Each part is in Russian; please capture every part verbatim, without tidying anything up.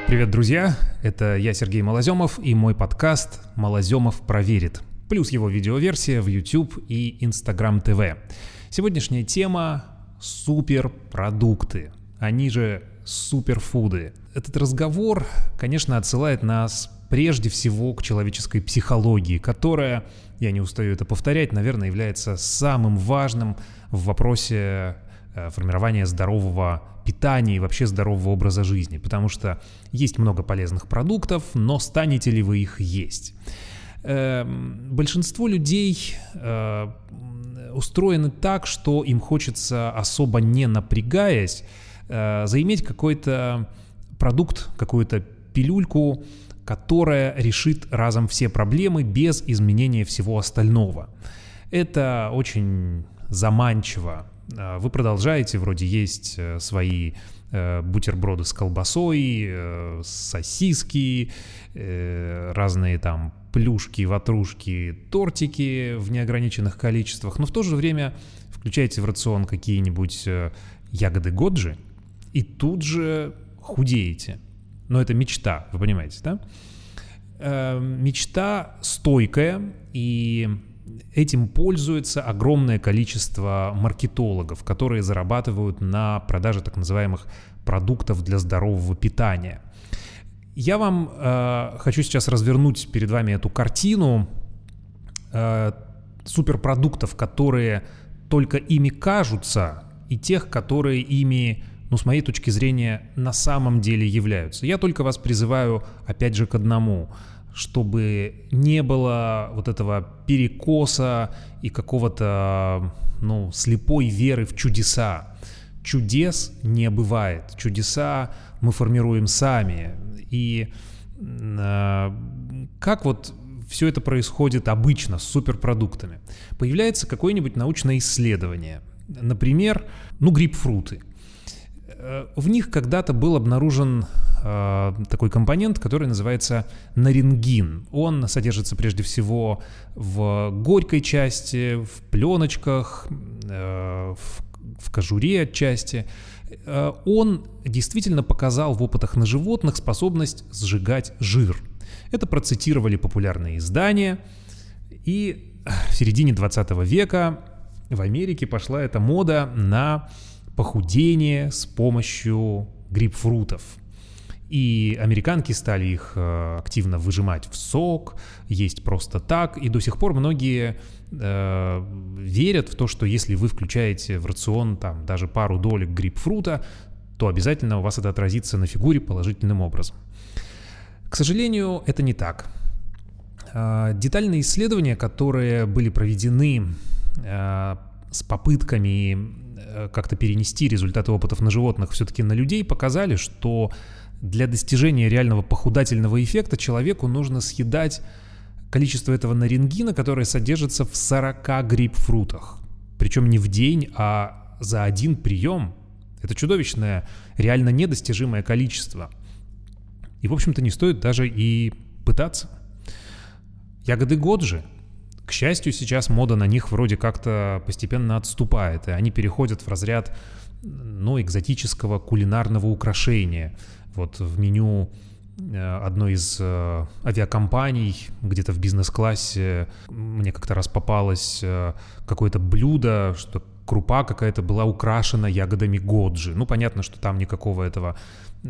Привет, друзья! Это я, Сергей Малоземов, и мой подкаст «Малоземов проверит», плюс его видеоверсия в YouTube и Instagram ти ви. Сегодняшняя тема — суперпродукты, они же суперфуды. Этот разговор, конечно, отсылает нас прежде всего к человеческой психологии, которая, я не устаю это повторять, наверное, является самым важным в вопросе формирования здорового питания и вообще здорового образа жизни, потому что есть много полезных продуктов, но станете ли вы их есть? Э, большинство людей э, устроены так, что им хочется, особо не напрягаясь, э, заиметь какой-то продукт, какую-то пилюльку, которая решит разом все проблемы без изменения всего остального. Это очень заманчиво. Вы продолжаете вроде есть свои э, бутерброды с колбасой, э, сосиски, э, разные там плюшки, ватрушки, тортики в неограниченных количествах, но в то же время включаете в рацион какие-нибудь э, ягоды Годжи и тут же худеете. Но это мечта, вы понимаете, да? Э, мечта стойкая, и этим пользуется огромное количество маркетологов, которые зарабатывают на продаже так называемых продуктов для здорового питания. Я вам э, хочу сейчас развернуть перед вами эту картину э, суперпродуктов, которые только ими кажутся, и тех, которые ими, ну, с моей точки зрения, на самом деле являются. Я только вас призываю, опять же, к одному – чтобы не было вот этого перекоса и какого-то, ну, слепой веры в чудеса. Чудес не бывает. Чудеса мы формируем сами. И э, как вот все это происходит обычно с суперпродуктами? Появляется какое-нибудь научное исследование. Например, ну, грейпфруты. В них когда-то был обнаружен э, такой компонент, который называется нарингин. Он содержится прежде всего в горькой части, в пленочках, э, в, в кожуре отчасти. Э, он действительно показал в опытах на животных способность сжигать жир. Это процитировали популярные издания. И в середине двадцатого века в Америке пошла эта мода на похудение с помощью грейпфрутов. И американки стали их э, активно выжимать в сок, есть просто так. И до сих пор многие э, верят в то, что если вы включаете в рацион там даже пару долек грейпфрута, то обязательно у вас это отразится на фигуре положительным образом. К сожалению, это не так. Э, детальные исследования, которые были проведены э, с попытками как-то перенести результаты опытов на животных все-таки на людей, показали, что для достижения реального похудательного эффекта человеку нужно съедать количество этого нарингина, которое содержится в сорока грейпфрутах. Причем не в день, а за один прием. Это чудовищное, реально недостижимое количество. И, в общем-то, не стоит даже и пытаться. Ягоды Годжи. К счастью, сейчас мода на них вроде как-то постепенно отступает, и они переходят в разряд, ну, экзотического кулинарного украшения. Вот в меню одной из э, авиакомпаний, где-то в бизнес-классе, мне как-то раз попалось э, какое-то блюдо, что крупа какая-то была украшена ягодами Годжи. Ну, понятно, что там никакого этого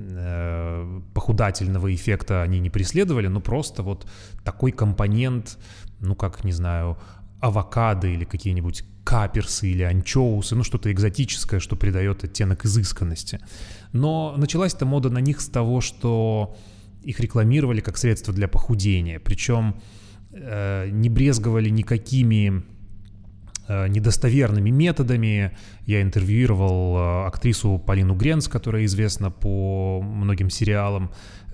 э, похудательного эффекта они не преследовали, но просто вот такой компонент, ну, как, не знаю, авокадо или какие-нибудь каперсы или анчоусы, ну, что-то экзотическое, что придает оттенок изысканности. Но началась эта мода на них с того, что их рекламировали как средство для похудения, причем э, не брезговали никакими э, недостоверными методами. Я интервьюировал э, актрису Полину Гренц, которая известна по многим сериалам.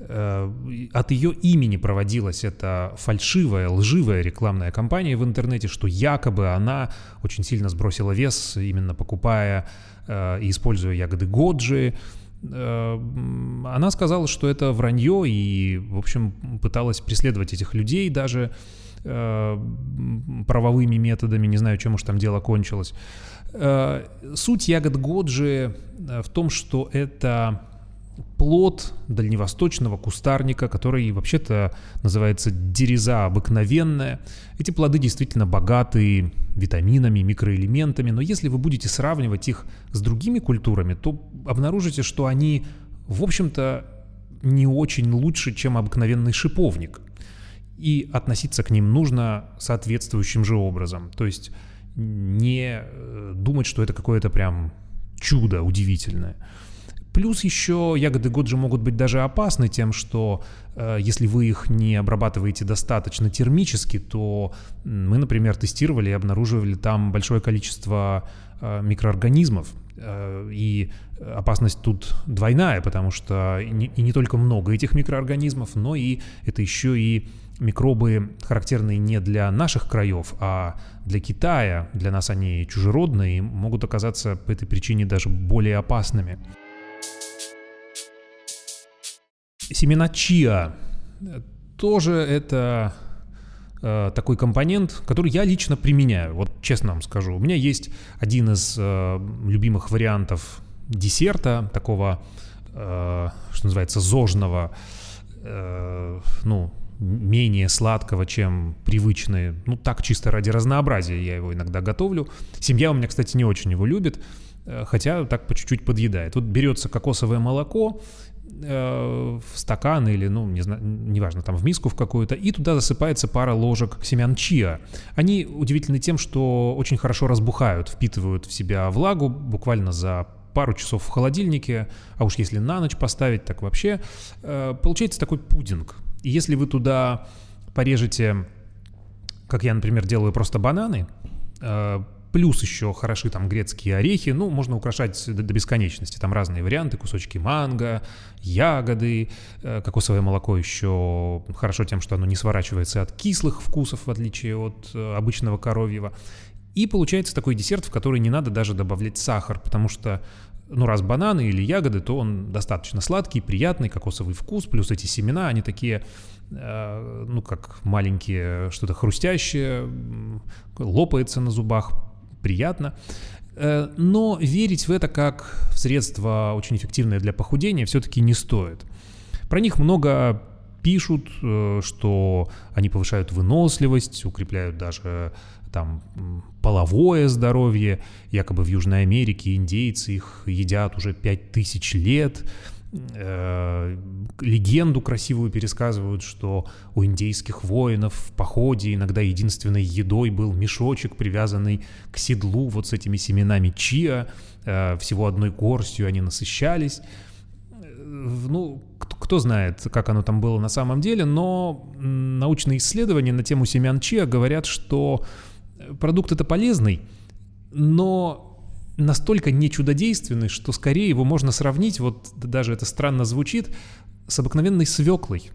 От ее имени проводилась эта фальшивая, лживая рекламная кампания в интернете, что якобы она очень сильно сбросила вес, именно покупая э, и используя ягоды Годжи. Э, она сказала, что это вранье, и, в общем, пыталась преследовать этих людей даже э, правовыми методами, не знаю, чем уж там дело кончилось. Э, суть ягод Годжи в том, что это плод дальневосточного кустарника, который вообще-то называется дереза обыкновенная. Эти плоды действительно богаты витаминами, микроэлементами, но если вы будете сравнивать их с другими культурами, то обнаружите, что они, в общем-то, не очень лучше, чем обыкновенный шиповник. И относиться к ним нужно соответствующим же образом. То есть не думать, что это какое-то прям чудо удивительное. Плюс еще ягоды годжи могут быть даже опасны тем, что э, если вы их не обрабатываете достаточно термически, то мы, например, тестировали и обнаруживали там большое количество э, микроорганизмов. Э, и опасность тут двойная, потому что и не, и не только много этих микроорганизмов, но и это еще и микробы, характерные не для наших краев, а для Китая. Для нас они чужеродные и могут оказаться по этой причине даже более опасными. Семена чиа тоже это э, такой компонент, который я лично применяю, вот честно вам скажу. У меня есть один из э, любимых вариантов десерта, такого, э, что называется, зожного, э, ну, менее сладкого, чем привычные. Ну, так чисто ради разнообразия я его иногда готовлю. Семья у меня, кстати, не очень его любит, э, хотя так по чуть-чуть подъедает. Вот берется кокосовое молоко в стакан или, ну, не знаю, неважно, там в миску в какую-то, и туда засыпается пара ложек семян чиа. Они удивительны тем, что очень хорошо разбухают, впитывают в себя влагу буквально за пару часов в холодильнике, а уж если на ночь поставить, так вообще получается такой пудинг. И если вы туда порежете, как я, например, делаю, просто бананы, плюс еще хороши там грецкие орехи, ну, можно украшать до, до бесконечности. Там разные варианты, кусочки манго, ягоды, э, кокосовое молоко еще хорошо тем, что оно не сворачивается от кислых вкусов, в отличие от э, обычного коровьего. И получается такой десерт, в который не надо даже добавлять сахар, потому что, ну, раз бананы или ягоды, то он достаточно сладкий, приятный, кокосовый вкус, плюс эти семена, они такие, э, ну, как маленькие, что-то хрустящее, лопается на зубах, приятно. Но верить в это как в средство очень эффективное для похудения все-таки не стоит. Про них много пишут, что они повышают выносливость, укрепляют даже там половое здоровье. Якобы в Южной Америке индейцы их едят уже пять тысяч лет. Легенду красивую пересказывают, что у индейских воинов в походе иногда единственной едой был мешочек, привязанный к седлу вот с этими семенами чиа. Всего одной горстью они насыщались. Ну, кто знает, как оно там было на самом деле, но научные исследования на тему семян чиа говорят, что продукт это полезный, но настолько не чудодейственный, что скорее его можно сравнить, вот даже это странно звучит, с обыкновенной свеклой.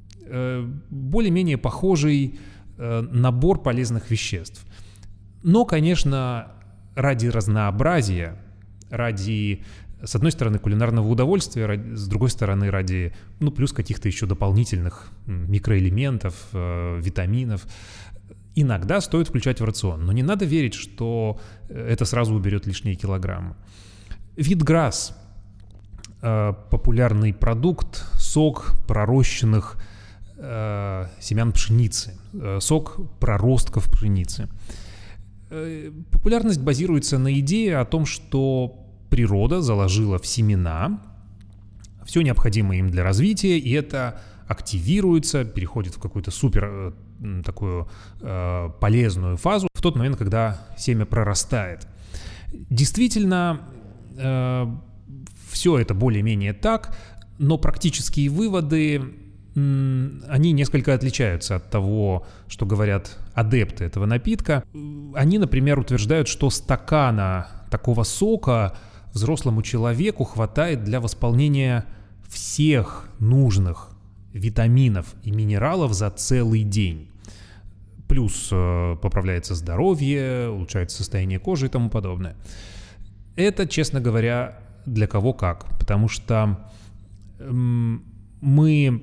Более-менее похожий набор полезных веществ. Но, конечно, ради разнообразия, ради, с одной стороны, кулинарного удовольствия, ради, с другой стороны, ради, ну, плюс каких-то еще дополнительных микроэлементов, витаминов, иногда стоит включать в рацион, но не надо верить, что это сразу уберет лишние килограммы. Витграсс – популярный продукт, сок пророщенных э, семян пшеницы, э, сок проростков пшеницы. Э, популярность базируется на идее о том, что природа заложила в семена все необходимое им для развития, и это активируется, переходит в какую-то супер такую э, полезную фазу в тот момент, когда семя прорастает. Действительно, э, все это более-менее так, но практические выводы, э, они несколько отличаются от того, что говорят адепты этого напитка. Они, например, утверждают, что стакана такого сока взрослому человеку хватает для восполнения всех нужных витаминов и минералов за целый день. Плюс э, поправляется здоровье, улучшается состояние кожи и тому подобное. Это, честно говоря, для кого как. Потому что э, мы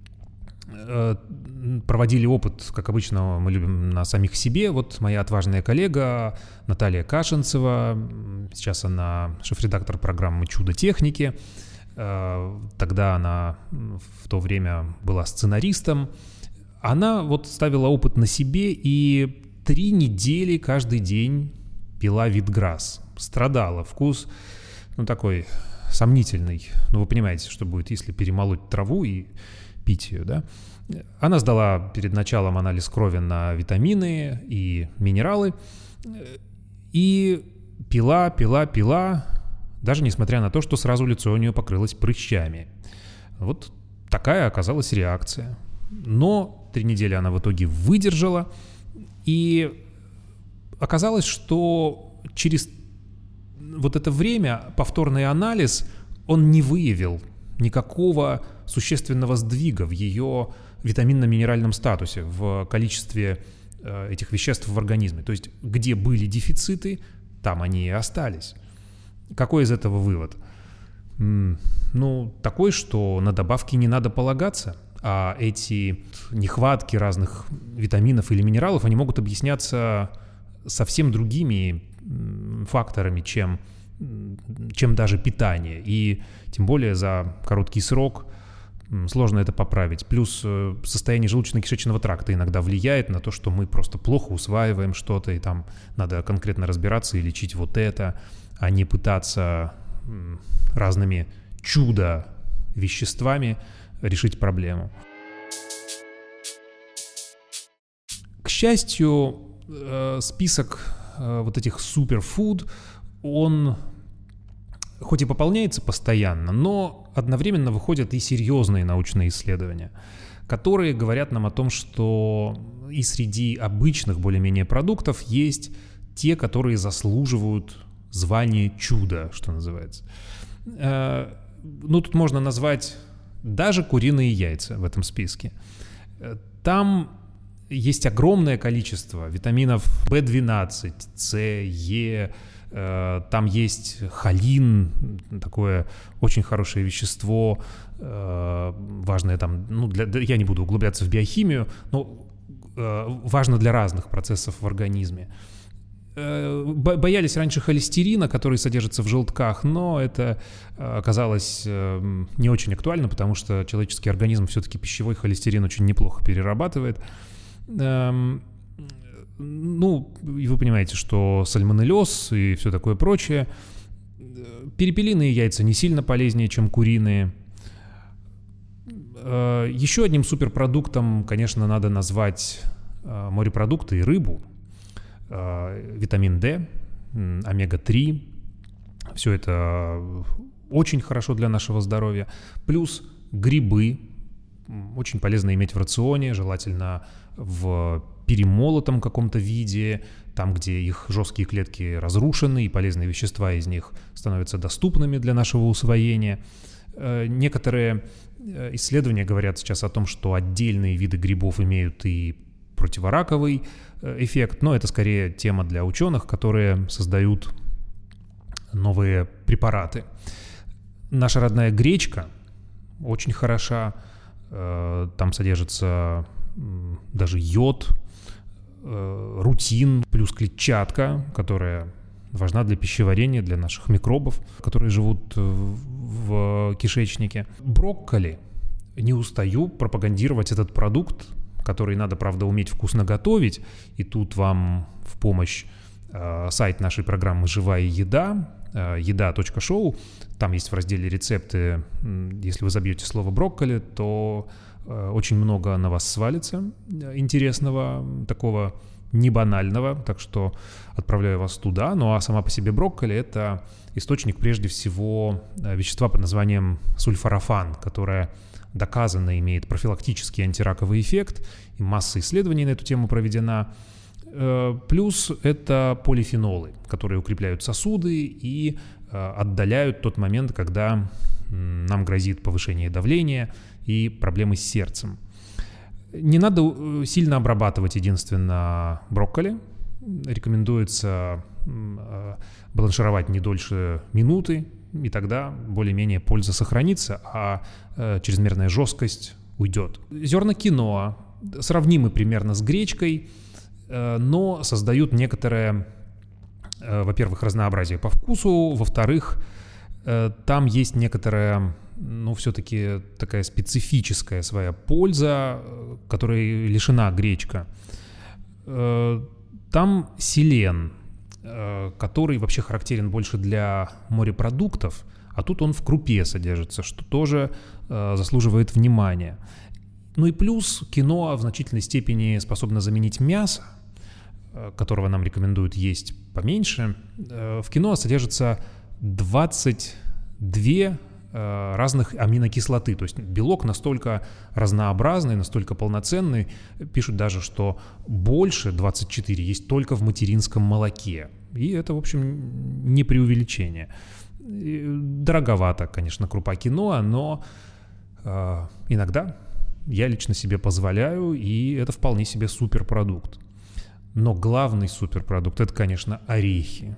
э, проводили опыт, как обычно мы любим, на самих себе. Вот моя отважная коллега Наталья Кашинцева, сейчас она шеф-редактор программы «Чудо техники», тогда она в то время была сценаристом, она вот ставила опыт на себе и три недели каждый день пила витграсс. Страдала. Вкус, ну, такой сомнительный. Ну, вы понимаете, что будет, если перемолоть траву и пить ее, да? Она сдала перед началом анализ крови на витамины и минералы. И пила, пила, пила, даже несмотря на то, что сразу лицо у нее покрылось прыщами. Вот такая оказалась реакция. Но три недели она в итоге выдержала, и оказалось, что через вот это время повторный анализ, он не выявил никакого существенного сдвига в ее витаминно-минеральном статусе, в количестве э, этих веществ в организме. То есть где были дефициты, там они и остались. Какой из этого вывод? М- ну, такой, что на добавки не надо полагаться, а эти нехватки разных витаминов или минералов, они могут объясняться совсем другими факторами, чем, чем даже питание. И тем более за короткий срок сложно это поправить. Плюс состояние желудочно-кишечного тракта иногда влияет на то, что мы просто плохо усваиваем что-то, и там надо конкретно разбираться и лечить вот это, а не пытаться разными чудо-веществами решить проблему. К счастью, список вот этих суперфуд, он хоть и пополняется постоянно, но одновременно выходят и серьезные научные исследования, которые говорят нам о том, что и среди обычных более-менее продуктов есть те, которые заслуживают звания чуда, что называется. Ну, тут можно назвать даже куриные яйца в этом списке. Там есть огромное количество витаминов бэ двенадцать, С, Е, э, там есть холин, такое очень хорошее вещество, э, важное там, ну, для, я не буду углубляться в биохимию, но э, важно для разных процессов в организме. Э, боялись раньше холестерина, который содержится в желтках, но это оказалось э, не очень актуально, потому что человеческий организм все-таки пищевой холестерин очень неплохо перерабатывает. Эм, ну, и вы понимаете, что сальмонеллез и все такое прочее. Перепелиные яйца не сильно полезнее, чем куриные. Э, еще одним суперпродуктом, конечно, надо назвать э, морепродукты и рыбу. Э, витамин D, омега три. Все это очень хорошо для нашего здоровья. Плюс грибы. Очень полезно иметь в рационе, желательно в перемолотом каком-то виде, там, где их жесткие клетки разрушены, и полезные вещества из них становятся доступными для нашего усвоения. Некоторые исследования говорят сейчас о том, что отдельные виды грибов имеют и противораковый эффект, но это скорее тема для ученых, которые создают новые препараты. Наша родная гречка очень хороша. Там содержится даже йод, рутин, плюс клетчатка, которая важна для пищеварения, для наших микробов, которые живут в кишечнике. Брокколи. Не устаю пропагандировать этот продукт, который надо, правда, уметь вкусно готовить. И тут вам в помощь сайт нашей программы «Живая еда», еда точка шоу. Там есть в разделе «Рецепты». Если вы забьете слово «брокколи», то очень много на вас свалится интересного, такого небанального. Так что отправляю вас туда. Ну а сама по себе брокколи — это источник прежде всего вещества под названием сульфорафан, которое доказанно имеет профилактический антираковый эффект. И масса исследований на эту тему проведена. Плюс это полифенолы, которые укрепляют сосуды и отдаляют тот момент, когда нам грозит повышение давления и проблемы с сердцем. Не надо сильно обрабатывать, единственно, брокколи. Рекомендуется бланшировать не дольше минуты, и тогда более-менее польза сохранится, а чрезмерная жесткость уйдет. Зерна киноа сравнимы примерно с гречкой, но создают некоторое, во-первых, разнообразие по вкусу, во-вторых, Там есть некоторая, ну, все-таки такая специфическая своя польза, которой лишена гречка. Там селен, который вообще характерен больше для морепродуктов, а тут он в крупе содержится, что тоже заслуживает внимания. Ну и плюс киноа в значительной степени способно заменить мясо, которого нам рекомендуют есть поменьше. В киноа содержится двадцать две разных аминокислоты, то есть белок настолько разнообразный, настолько полноценный, пишут даже, что больше двадцать четыре есть только в материнском молоке. И это, в общем, не преувеличение. Дороговато, конечно, крупа киноа, но э, иногда я лично себе позволяю, и это вполне себе суперпродукт. Но главный суперпродукт — это, конечно, орехи.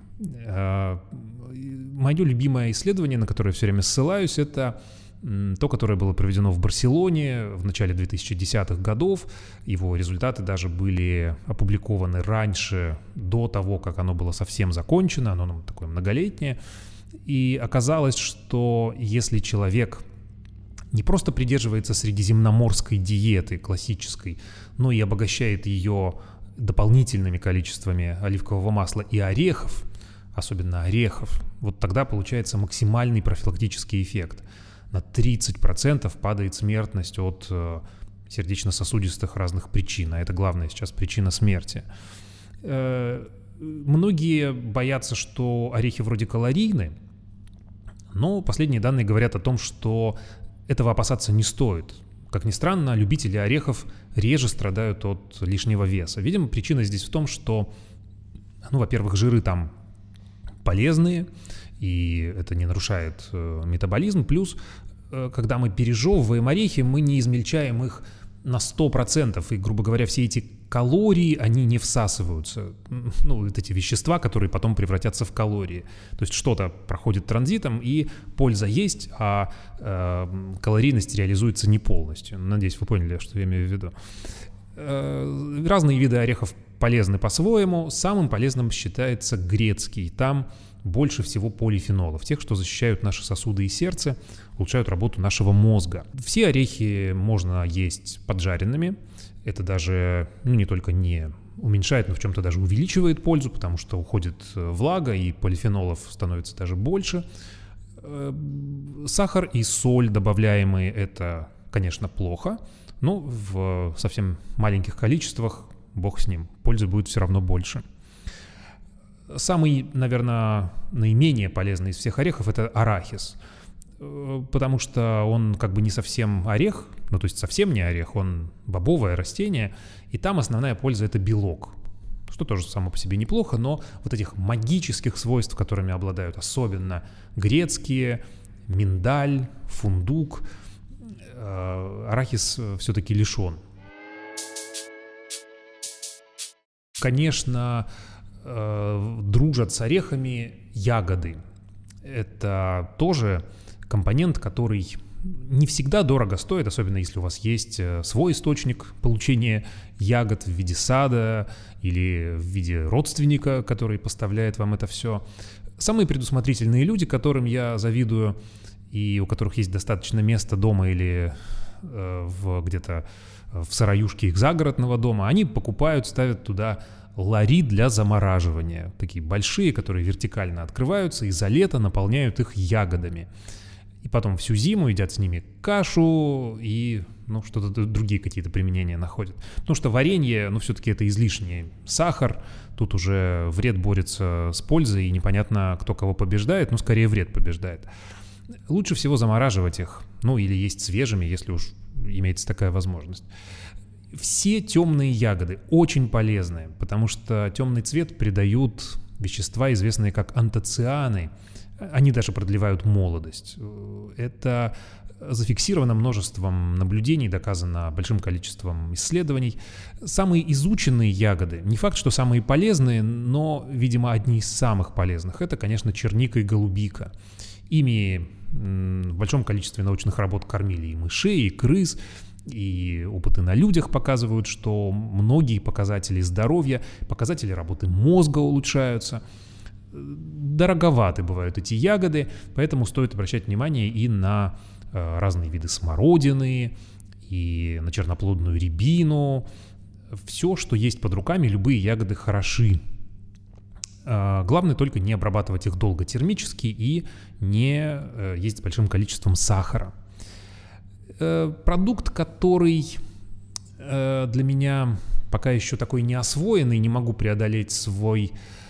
Мое любимое исследование, на которое я все время ссылаюсь, это то, которое было проведено в Барселоне в начале две тысячи десятых годов. Его результаты даже были опубликованы раньше, до того, как оно было совсем закончено. Оно ну, такое многолетнее. И оказалось, что если человек не просто придерживается средиземноморской диеты классической, но и обогащает ее дополнительными количествами оливкового масла и орехов, особенно орехов, вот тогда получается максимальный профилактический эффект. На тридцать процентов падает смертность от э, сердечно-сосудистых разных причин, а это главная сейчас причина смерти. Э, многие боятся, что орехи вроде калорийны, но последние данные говорят о том, что этого опасаться не стоит. Как ни странно, любители орехов реже страдают от лишнего веса. Видимо, причина здесь в том, что, ну, во-первых, жиры там полезные, и это не нарушает э, метаболизм. Плюс, э, когда мы пережевываем орехи, мы не измельчаем их на сто процентов, и, грубо говоря, все эти калории, они не всасываются. Ну, вот эти вещества, которые потом превратятся в калории. То есть что-то проходит транзитом, и польза есть, а э, калорийность реализуется не полностью. Надеюсь, вы поняли, что я имею в виду. Э, разные виды орехов полезны по-своему. Самым полезным считается грецкий. Там больше всего полифенолов, тех, что защищают наши сосуды и сердце, улучшают работу нашего мозга. Все орехи можно есть поджаренными. Это даже, ну, не только не уменьшает, но в чем-то даже увеличивает пользу, потому что уходит влага, и полифенолов становится даже больше. Сахар и соль добавляемые — это, конечно, плохо, но в совсем маленьких количествах, бог с ним, пользы будет все равно больше. Самый, наверное, наименее полезный из всех орехов — это арахис, потому что он как бы не совсем орех, ну то есть совсем не орех, он бобовое растение, и там основная польза — это белок, что тоже само по себе неплохо, но вот этих магических свойств, которыми обладают особенно грецкие, миндаль, фундук, арахис все-таки лишен. Конечно, дружат с орехами ягоды. Это тоже компонент, который не всегда дорого стоит, особенно если у вас есть свой источник получения ягод в виде сада или в виде родственника, который поставляет вам это все. Самые предусмотрительные люди, которым я завидую, и у которых есть достаточно места дома или э, в, где-то в сыроюшке их загородного дома, они покупают, ставят туда лари для замораживания. Такие большие, которые вертикально открываются и за лето наполняют их ягодами. И потом всю зиму едят с ними кашу и, ну, что-то другие какие-то применения находят. Потому что варенье, ну, все-таки это излишний сахар. Тут уже вред борется с пользой, и непонятно, кто кого побеждает, но скорее вред побеждает. Лучше всего замораживать их, ну, или есть свежими, если уж имеется такая возможность. Все темные ягоды очень полезны, потому что темный цвет придают вещества, известные как антоцианы. Они даже продлевают молодость. Это зафиксировано множеством наблюдений, доказано большим количеством исследований. Самые изученные ягоды, не факт, что самые полезные, но, видимо, одни из самых полезных, это, конечно, черника и голубика. Ими в большом количестве научных работ кормили и мышей, и крыс, и опыты на людях показывают, что многие показатели здоровья, показатели работы мозга улучшаются. дороговаты бывают эти ягоды, поэтому стоит обращать внимание и на э, разные виды смородины, и на черноплодную рябину. Все, что есть под руками, любые ягоды хороши. Э, главное только не обрабатывать их долго термически и не э, есть с большим количеством сахара. Э, продукт, который э, для меня пока еще такой неосвоенный, не могу преодолеть свой,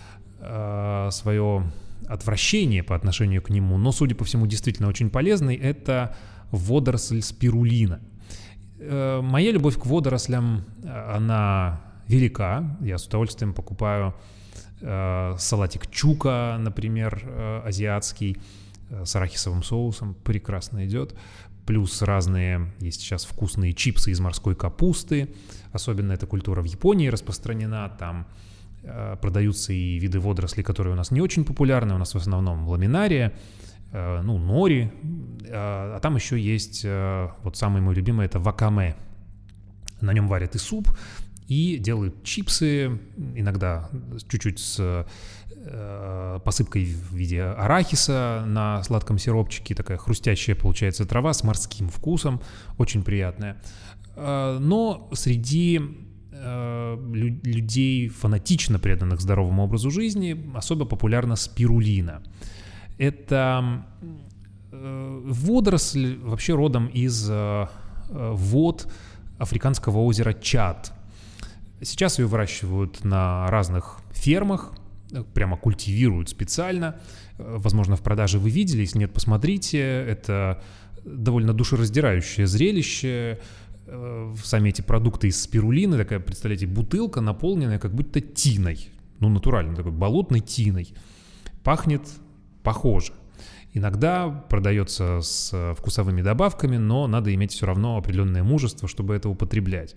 э, свое отвращение по отношению к нему, но, судя по всему, действительно очень полезный, это водоросль спирулина. Э, моя любовь к водорослям, она велика. Я с удовольствием покупаю э, салатик чука, например, э, азиатский, э, с арахисовым соусом, прекрасно идет. Плюс разные, есть сейчас вкусные чипсы из морской капусты. Особенно эта культура в Японии распространена. Там э, продаются и виды водорослей, которые у нас не очень популярны. У нас в основном ламинария, э, ну, нори. Э, а там еще есть, э, вот самый мой любимый, это вакаме. На нем варят и суп, и делают чипсы, иногда чуть-чуть с э, посыпкой в виде арахиса на сладком сиропчике. Такая хрустящая получается трава с морским вкусом, очень приятная. Э, но среди э, лю- людей, фанатично преданных здоровому образу жизни, особо популярна спирулина. Это э, водоросль вообще родом из э, вод африканского озера Чад. Сейчас ее выращивают на разных фермах, прямо культивируют специально. Возможно, в продаже вы видели, если нет, посмотрите. Это довольно душераздирающее зрелище. Сами эти продукты из спирулины, такая, представляете, бутылка, наполненная как будто тиной. Ну, натурально, такой болотной тиной. Пахнет похоже. Иногда продается с вкусовыми добавками, но надо иметь все равно определенное мужество, чтобы это употреблять.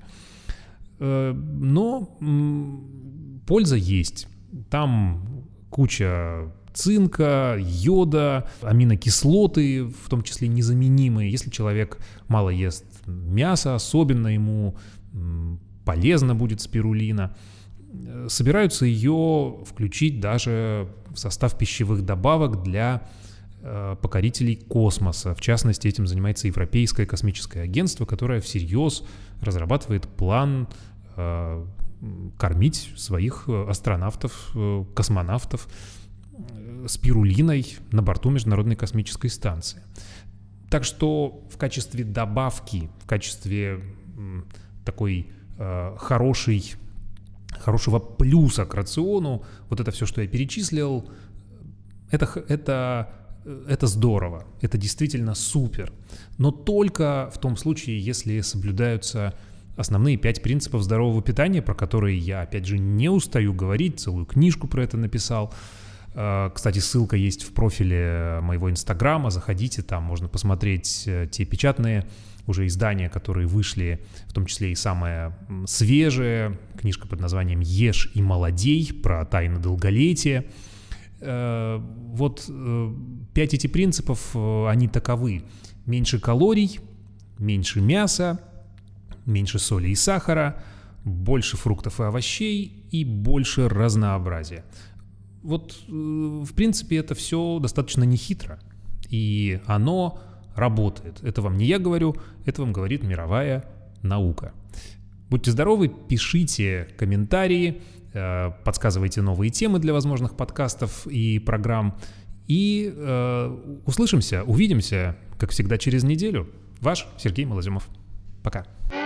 Но польза есть. Там куча цинка, йода, аминокислоты, в том числе незаменимые. Если человек мало ест мяса, особенно ему полезно будет спирулина. Собираются ее включить даже в состав пищевых добавок для покорителей космоса. В частности, этим занимается Европейское космическое агентство, которое всерьез разрабатывает план э, кормить своих астронавтов, э, космонавтов э, спирулиной на борту Международной космической станции. Так что в качестве добавки, в качестве э, такой э, хорошей, хорошего плюса к рациону, вот это все, что я перечислил, это, это Это здорово, это действительно супер, но только в том случае, если соблюдаются основные пять принципов здорового питания, про которые я, опять же, не устаю говорить, целую книжку про это написал. Кстати, ссылка есть в профиле моего инстаграма, заходите, там можно посмотреть те печатные уже издания, которые вышли, в том числе и самое свежее, книжка под названием «Ешь и молодей», про тайны долголетия. Вот пять этих принципов, они таковы: меньше калорий, меньше мяса, меньше соли и сахара, больше фруктов и овощей и больше разнообразия. Вот, в принципе, это все достаточно нехитро, и оно работает. Это вам не я говорю, это вам говорит мировая наука. Будьте здоровы, пишите комментарии, подсказывайте новые темы для возможных подкастов и программ. И э, услышимся, увидимся, как всегда, через неделю. Ваш Сергей Малоземов. Пока.